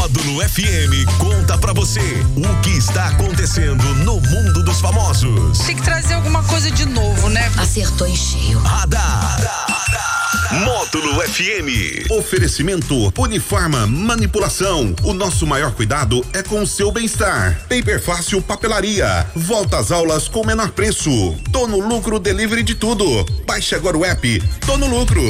Módulo FM conta pra você o que está acontecendo no mundo dos famosos. Tem que trazer alguma coisa de novo, né? Acertou em cheio. Radar. Módulo FM. Oferecimento Unifarma Manipulação. O nosso maior cuidado é com o seu bem-estar. Paper Fácil Papelaria. Volta às aulas com menor preço. Tô no Lucro Delivery de tudo. Baixe agora o app Tô no Lucro.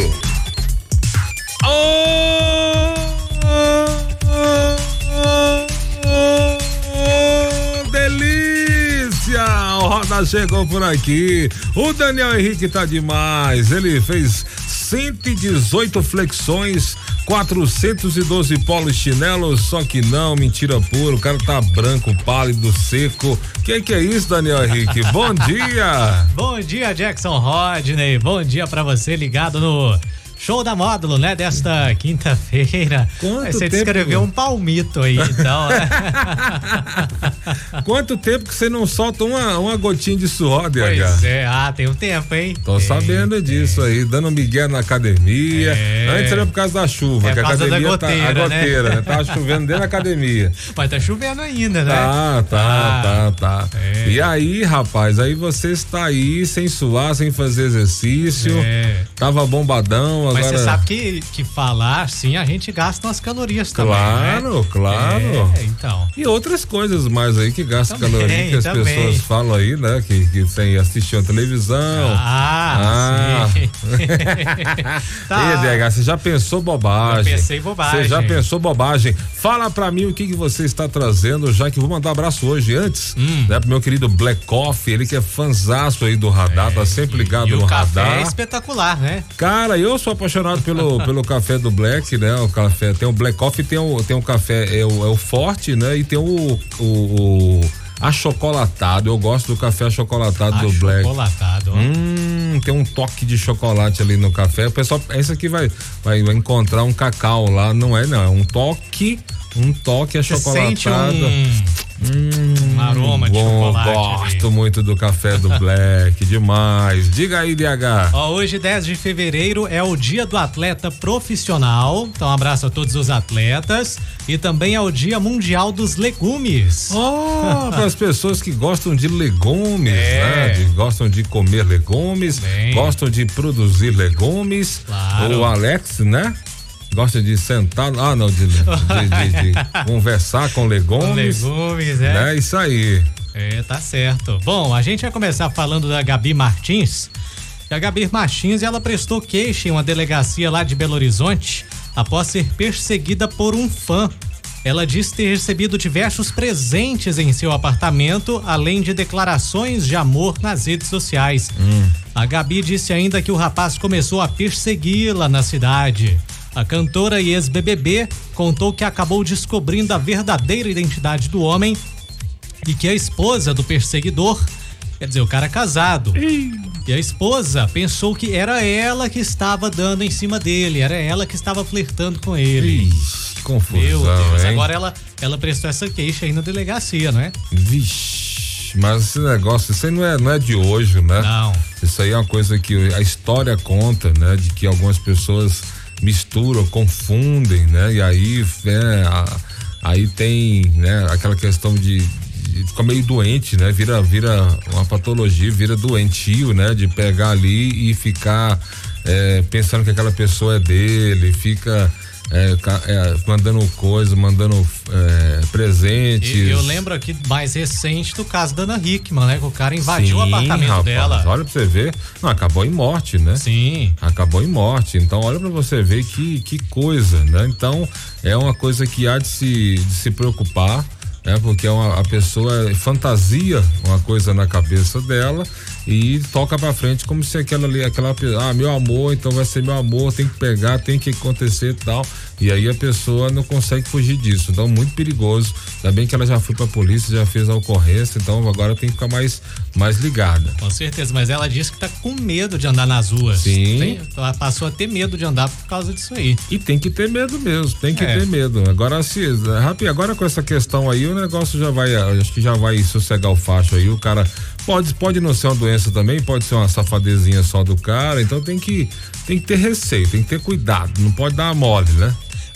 Delícia! O Roda chegou por aqui. O Daniel Henrique tá demais. Ele fez 118 flexões, 412 polos chinelos, só que não, mentira pura, o cara tá branco, pálido, seco. Que é isso, Daniel Henrique? Bom dia! Bom dia, Jackson Rodney, bom dia pra você ligado no Show da Módulo, né? Desta quinta-feira. Você descreveu um palmito aí, então. Quanto tempo que você não solta uma gotinha de suor, DH? Pois é, tem um tempo, hein? Tô sabendo disso aí, dando migué na academia. Antes era por causa da chuva, que a academia da goteira, tá a goteira, né? Tava chovendo dentro da academia. Mas tá chovendo ainda, né? Tá. E aí, rapaz, aí você está aí sem suar, sem fazer exercício. Tava bombadão. Mas agora... você sabe que falar assim, a gente gasta umas calorias também, né? Claro. Então. E outras coisas mais aí que gastam também, calorias que as pessoas falam aí, né? Que sem assistir a televisão. Sim. Tá. E DH, você já pensou bobagem? Eu pensei bobagem. Você já pensou bobagem? Fala pra mim o que você está trazendo, já que vou mandar um abraço hoje antes, né? Pro meu querido Black Coffee, ele que é fanzaço aí do radar, tá sempre ligado no radar. O café é espetacular, né? Cara, eu sou apaixonado pelo café do Black, né? O café, tem o Black Coffee, tem o café, é o forte, né? E tem o achocolatado. Eu gosto do café achocolatado do Black. Achocolatado. Tem um toque de chocolate ali no café. O pessoal, esse aqui vai encontrar um cacau lá, não é um toque achocolatado. Você sente um aroma de chocolate. Gosto muito do café do Black, demais. Diga aí, DH. Hoje, 10 de fevereiro, é o Dia do Atleta Profissional. Então, um abraço a todos os atletas. E também é o Dia Mundial dos Legumes. Para as pessoas que gostam de legumes, né? Gostam de comer legumes, gostam de produzir legumes. Claro. O Alex, né? Gosta de sentar, de conversar com legumes. Com legumes, né? É isso aí. Tá certo. Bom, a gente vai começar falando da Gabi Martins. A Gabi Martins, ela prestou queixa em uma delegacia lá de Belo Horizonte após ser perseguida por um fã. Ela diz ter recebido diversos presentes em seu apartamento, além de declarações de amor nas redes sociais. A Gabi disse ainda que o rapaz começou a persegui-la na cidade. A cantora e ex-BBB contou que acabou descobrindo a verdadeira identidade do homem e que a esposa do perseguidor, quer dizer, o cara é casado, e a esposa pensou que era ela que estava dando em cima dele, era ela que estava flertando com ele. Que confusão, meu Deus, hein? Agora ela prestou essa queixa aí na delegacia, não é? Vixe, mas esse negócio, isso aí não é de hoje, né? Não. Isso aí é uma coisa que a história conta, né? De que algumas pessoas misturam, confundem, né? E aí, aí tem, né? Aquela questão de ficar meio doente, né? Vira uma patologia, vira doentio, né? De pegar ali e ficar pensando que aquela pessoa é dele, fica mandando presentes. E eu lembro aqui mais recente do caso da Ana Hickman, né? Que o cara invadiu o apartamento dela. Olha pra você ver, acabou em morte, né? Sim. Acabou em morte, então olha pra você ver que coisa, né? Então é uma coisa que há de se preocupar, né? Porque a pessoa fantasia uma coisa na cabeça dela e toca pra frente como se aquela meu amor, então vai ser meu amor, tem que pegar, tem que acontecer e tal, e aí a pessoa não consegue fugir disso, então muito perigoso. Ainda bem que ela já foi pra polícia, já fez a ocorrência, então agora tem que ficar mais ligada. Com certeza, mas ela disse que tá com medo de andar nas ruas. Sim. Ela passou a ter medo de andar por causa disso aí. E tem que ter medo mesmo, tem que ter medo. Agora agora com essa questão aí, o negócio acho que já vai sossegar o facho aí, o cara pode não ser uma doença também, pode ser uma safadezinha só do cara, então tem que ter receio, tem que ter cuidado, não pode dar uma mole, né?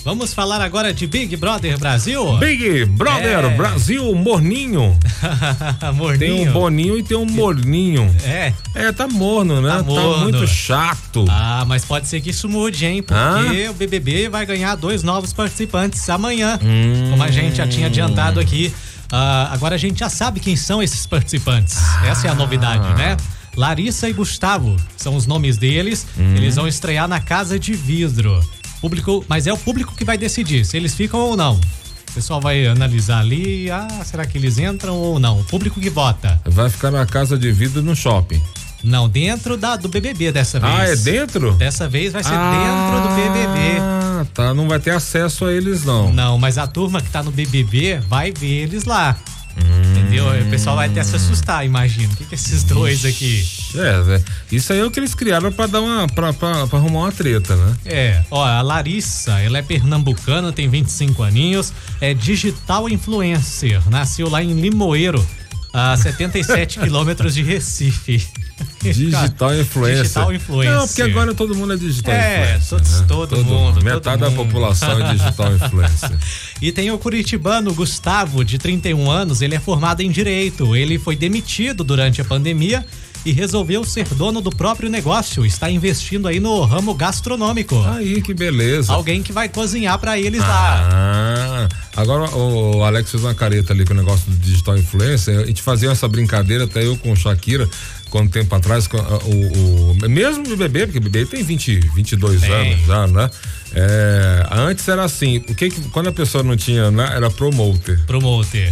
Vamos falar agora de Big Brother Brasil? Big Brother Brasil, morninho. Morninho. Tem um boninho e tem um morninho. Tá morno, né? Tá morno. Tá muito chato. Mas pode ser que isso mude, hein? Porque o BBB vai ganhar 2 novos participantes amanhã, como a gente já tinha adiantado aqui. Agora a gente já sabe quem são esses participantes. Essa é a novidade, né? Larissa e Gustavo são os nomes deles. Eles vão estrear na Casa de Vidro. Mas é o público que vai decidir se eles ficam ou não. O pessoal vai analisar ali, será que eles entram ou não? O público que vota. Vai ficar na Casa de Vidro no shopping. Não, dentro do BBB dessa vez. É dentro? Dessa vez vai ser dentro do BBB. Tá, não vai ter acesso a eles não. Não, mas a turma que tá no BBB vai ver eles lá. Entendeu? O pessoal vai até se assustar, imagina. O que é esses dois aqui? Isso aí é o que eles criaram pra dar pra arrumar uma treta, né? A Larissa, ela é pernambucana, tem 25 aninhos, é digital influencer, nasceu lá em Limoeiro, a 77 quilômetros de Recife. Digital influencer. Não, porque agora todo mundo é digital influencer. Todo mundo. Metade da população é digital influencer. E tem o curitibano Gustavo, de 31 anos, ele é formado em Direito. Ele foi demitido durante a pandemia e resolveu ser dono do próprio negócio. Está investindo aí no ramo gastronômico. Aí, que beleza. Alguém que vai cozinhar pra eles lá. Agora o Alex fez uma careta ali com o negócio do digital influencer. A gente fazia essa brincadeira, até eu com o Shakira, quanto tempo atrás, mesmo do bebê, porque o bebê tem 22 anos já, né? Antes era assim, quando a pessoa não tinha, né, era promoter. Promoter.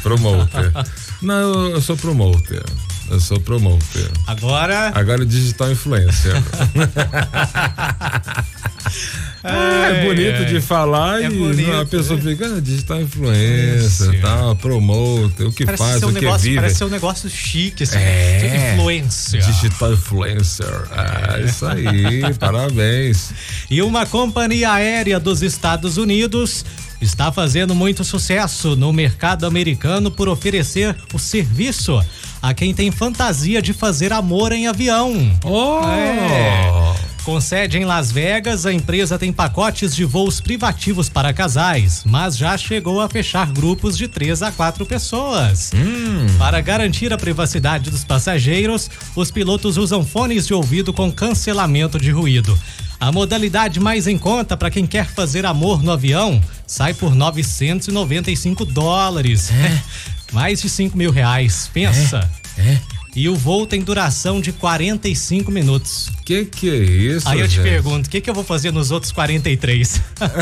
Não, eu sou promoter. Agora é digital influencer. É bonito de falar e a pessoa fica digital influencer, tal, promoter, o que faz, o que vive. Parece ser um negócio chique, assim, influencer. Digital influencer, isso aí, parabéns. E uma companhia aérea dos Estados Unidos está fazendo muito sucesso no mercado americano por oferecer o serviço a quem tem fantasia de fazer amor em avião. Com sede em Las Vegas, a empresa tem pacotes de voos privativos para casais, mas já chegou a fechar grupos de 3 a 4 pessoas. Para garantir a privacidade dos passageiros, os pilotos usam fones de ouvido com cancelamento de ruído. A modalidade mais em conta para quem quer fazer amor no avião sai por $995. Mais de R$5 mil, pensa. E o voo tem duração de 45 minutos. Que é isso? Aí eu te pergunto, o que eu vou fazer nos outros 43?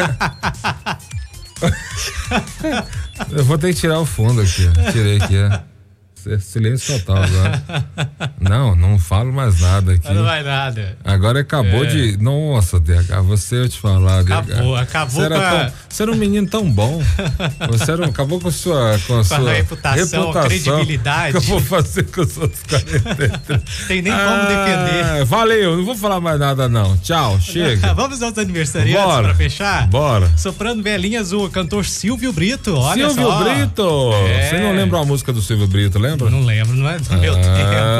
Eu vou ter que tirar o fundo aqui. Tirei aqui, silêncio total agora. Não falo mais nada aqui. Não vai nada. Agora acabou de... Nossa, DH, eu te falar, DH. Acabou você era um menino tão bom. Acabou com a sua reputação, credibilidade. O que eu vou fazer com os outros 43? Tem nem como defender. Valeu, não vou falar mais nada não. Tchau, chega. Vamos aos aniversariantes pra fechar? Bora. Soprando velhinhas, o cantor Silvio Brito, olha Silvio só. Brito! Você não lembra a música do Silvio Brito, lembra? Não lembro, não é do meu tempo.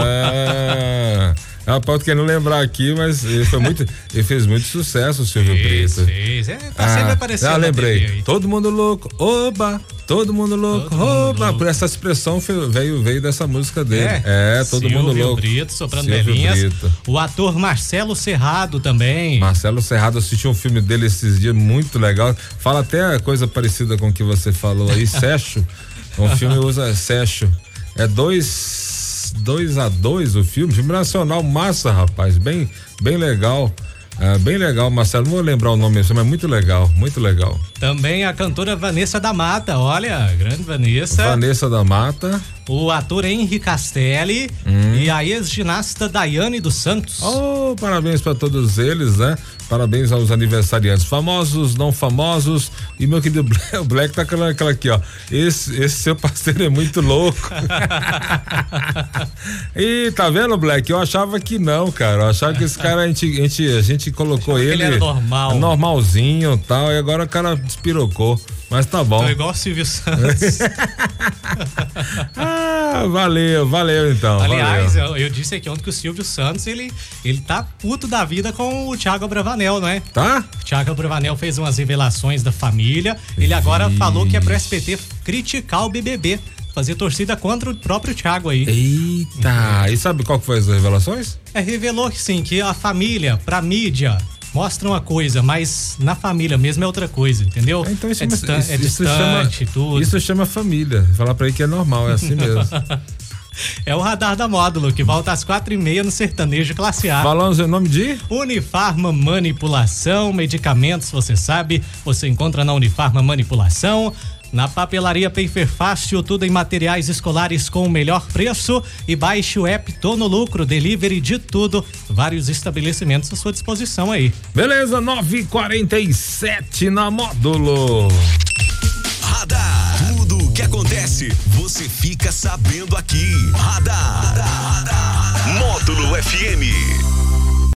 Pode querer não lembrar aqui, mas ele fez muito sucesso, o Silvio Brito. Fez. Tá sempre aparecendo. Lembrei. Todo mundo louco, oba! Todo mundo louco, oba! Por essa expressão veio dessa música dele. Todo mundo louco. Silvio Brito, soprando velhinhas. O ator Marcelo Serrado também. Marcelo Serrado, assisti um filme dele esses dias, muito legal. Fala até coisa parecida com o que você falou aí, Secho. O filme usa Secho. É 2-2 o filme nacional, massa, rapaz, bem legal. Bem legal, Marcelo, não vou lembrar o nome, mas muito legal, muito legal. Também a cantora Vanessa da Mata, olha, grande Vanessa. Vanessa da Mata. O ator Henri Castelli e a ex-ginasta Daiane dos Santos. Parabéns para todos eles, né? Parabéns aos aniversariantes, famosos, não famosos. E meu querido Black tá aquela aqui, ó. Esse seu parceiro é muito louco. E tá vendo, Black? Eu achava que não, cara. Eu achava que esse cara a gente colocou ele era normal. Normalzinho e tal. E agora o cara despirocou. Mas tá bom. Tô igual o Silvio Santos. Valeu então. Aliás, eu disse aqui ontem que o Silvio Santos, ele tá puto da vida com o Thiago Abravanel, não é? Tá? O Thiago Abravanel fez umas revelações da família. Ele agora falou que é pro SBT criticar o BBB. Fazer torcida contra o próprio Thiago aí. Eita, e sabe qual que foi as revelações? Revelou que sim, que a família, pra mídia, mostra uma coisa, mas na família mesmo é outra coisa, entendeu? Então isso é distante, tudo. Isso chama família. Falar pra ele que é normal, é assim mesmo. É o Radar da Módulo, que volta às 4h30 no Sertanejo Classe A. Falamos em nome de? Unifarma Manipulação, medicamentos, você sabe, você encontra na Unifarma Manipulação. Na papelaria Paper Fácil, tudo em materiais escolares com o melhor preço, e baixe o app Tô no Lucro, delivery de tudo, vários estabelecimentos à sua disposição aí. Beleza, 9h47 na Módulo. Radar, tudo o que acontece, você fica sabendo aqui. Radar. Módulo FM.